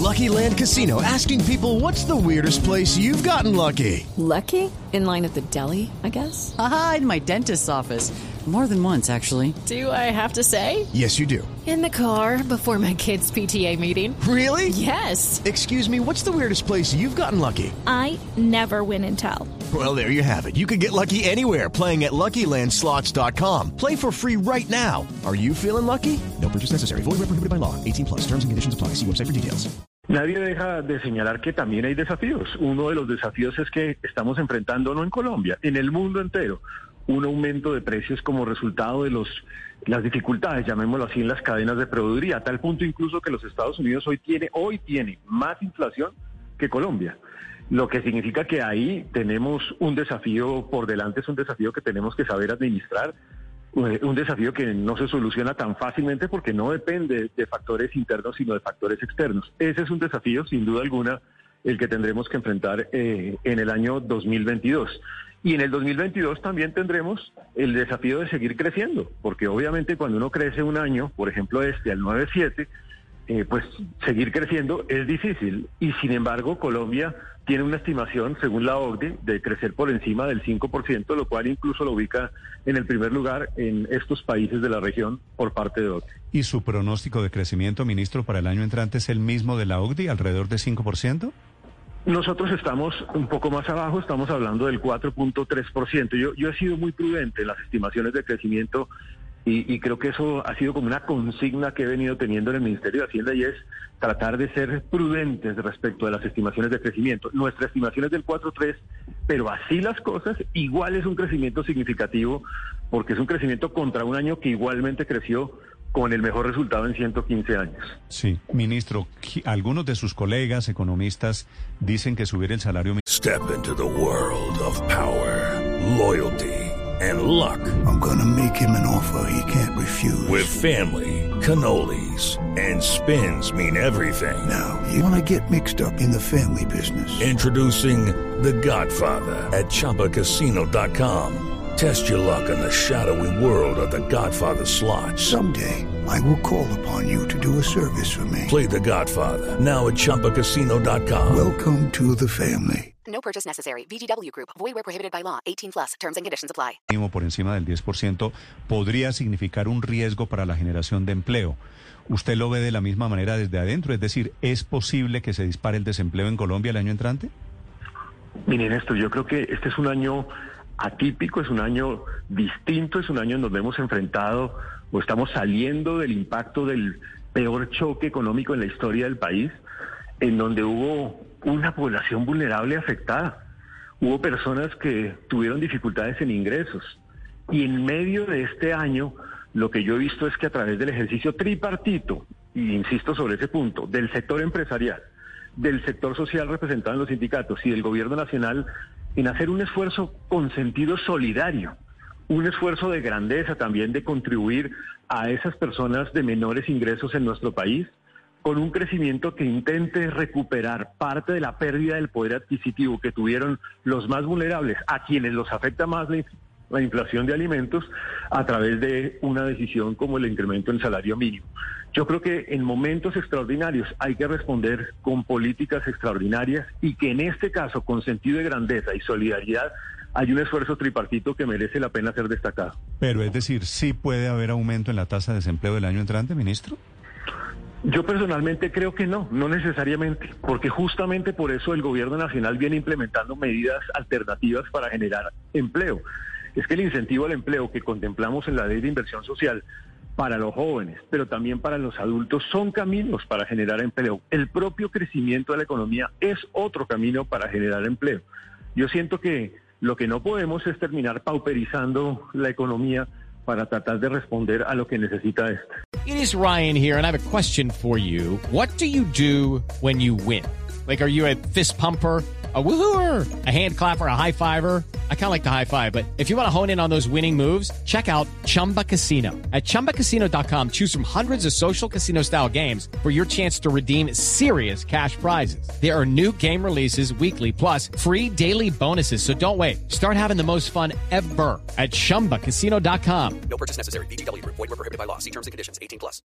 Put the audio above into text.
Lucky Land Casino, asking people, what's the weirdest place you've gotten lucky? Lucky? In line at the deli, I guess? Aha, in my dentist's office. More than once, actually. Do I have to say? Yes, you do. In the car before my kids' PTA meeting. Really? Yes. Excuse me, what's the weirdest place you've gotten lucky? I never win and tell. Well, there you have it. You can get lucky anywhere, playing at LuckyLandSlots.com. Play for free right now. Are you feeling lucky? No purchase necessary. Void where prohibited by law. 18+. Terms and conditions apply. See website for details. Nadie deja de señalar que también hay desafíos. Uno de los desafíos es que estamos enfrentando, no en Colombia, en el mundo entero, un aumento de precios como resultado de las dificultades, llamémoslo así, en las cadenas de proveeduría, a tal punto incluso que los Estados Unidos hoy tiene más inflación que Colombia. Lo que significa que ahí tenemos un desafío por delante, es un desafío que tenemos que saber administrar, un desafío que no se soluciona tan fácilmente porque no depende de factores internos, sino de factores externos. Ese es un desafío, sin duda alguna, el que tendremos que enfrentar en el año 2022. Y en el 2022 también tendremos el desafío de seguir creciendo, porque obviamente cuando uno crece un año, por ejemplo al 9.7, pues seguir creciendo es difícil. Y sin embargo, Colombia tiene una estimación, según la OCDE, de crecer por encima del 5%, lo cual incluso lo ubica en el primer lugar en estos países de la región por parte de OCDE. ¿Y su pronóstico de crecimiento, ministro, para el año entrante es el mismo de la OCDE, alrededor de 5%? Nosotros estamos un poco más abajo, estamos hablando del 4.3%. Yo he sido muy prudente en las estimaciones de crecimiento y creo que eso ha sido como una consigna que he venido teniendo en el Ministerio de Hacienda y es tratar de ser prudentes respecto de las estimaciones de crecimiento. Nuestra estimación es del 4.3, pero así las cosas, igual es un crecimiento significativo porque es un crecimiento contra un año que igualmente creció con el mejor resultado en 115 años. Sí, ministro, algunos de sus colegas economistas dicen que subir el salario... Step into the world of power, loyalty, and luck. I'm gonna make him an offer he can't refuse. With family, cannolis, and spins mean everything. Now, you wanna get mixed up in the family business. Introducing The Godfather at ChumbaCasino.com. Test your luck in the shadowy world of The Godfather slot. Someday, I will call upon you to do a service for me. Play The Godfather, now at ChumbaCasino.com. Welcome to the family. No purchase necessary. VGW Group. Void where prohibited by law. 18+. Terms and conditions apply. Por encima del 10% podría significar un riesgo para la generación de empleo. ¿Usted lo ve de la misma manera desde adentro? Es decir, ¿es posible que se dispare el desempleo en Colombia el año entrante? Miren esto, yo creo que este es un año atípico, es un año distinto, es un año en donde hemos enfrentado o estamos saliendo del impacto del peor choque económico en la historia del país, en donde hubo una población vulnerable afectada. Hubo personas que tuvieron dificultades en ingresos. Y en medio de este año, lo que yo he visto es que a través del ejercicio tripartito, y insisto sobre ese punto, del sector empresarial, del sector social representado en los sindicatos y del gobierno nacional, en hacer un esfuerzo con sentido solidario, un esfuerzo de grandeza también de contribuir a esas personas de menores ingresos en nuestro país, con un crecimiento que intente recuperar parte de la pérdida del poder adquisitivo que tuvieron los más vulnerables, a quienes los afecta más la inflación de alimentos, a través de una decisión como el incremento en salario mínimo. Yo creo que en momentos extraordinarios hay que responder con políticas extraordinarias y que en este caso, con sentido de grandeza y solidaridad, hay un esfuerzo tripartito que merece la pena ser destacado. Pero es decir, ¿sí puede haber aumento en la tasa de desempleo del año entrante, ministro? Yo personalmente creo que no necesariamente, porque justamente por eso el gobierno nacional viene implementando medidas alternativas para generar empleo. Es que el incentivo al empleo que contemplamos en la ley de inversión social para los jóvenes, pero también para los adultos, son caminos para generar empleo. El propio crecimiento de la economía es otro camino para generar empleo. Yo siento que lo que no podemos es terminar pauperizando la economía para tratar de responder a lo que necesita esta. It is Ryan here, and I have a question for you. What do you do when you win? Like, are you a fist pumper, a woohooer, a hand clapper, a high fiver? I kind of like the high five, but if you want to hone in on those winning moves, check out Chumba Casino. At ChumbaCasino.com, choose from hundreds of social casino-style games for your chance to redeem serious cash prizes. There are new game releases weekly, plus free daily bonuses, so don't wait. Start having the most fun ever at ChumbaCasino.com. No purchase necessary. VGW Group. Void where prohibited by law. See terms and conditions. 18+.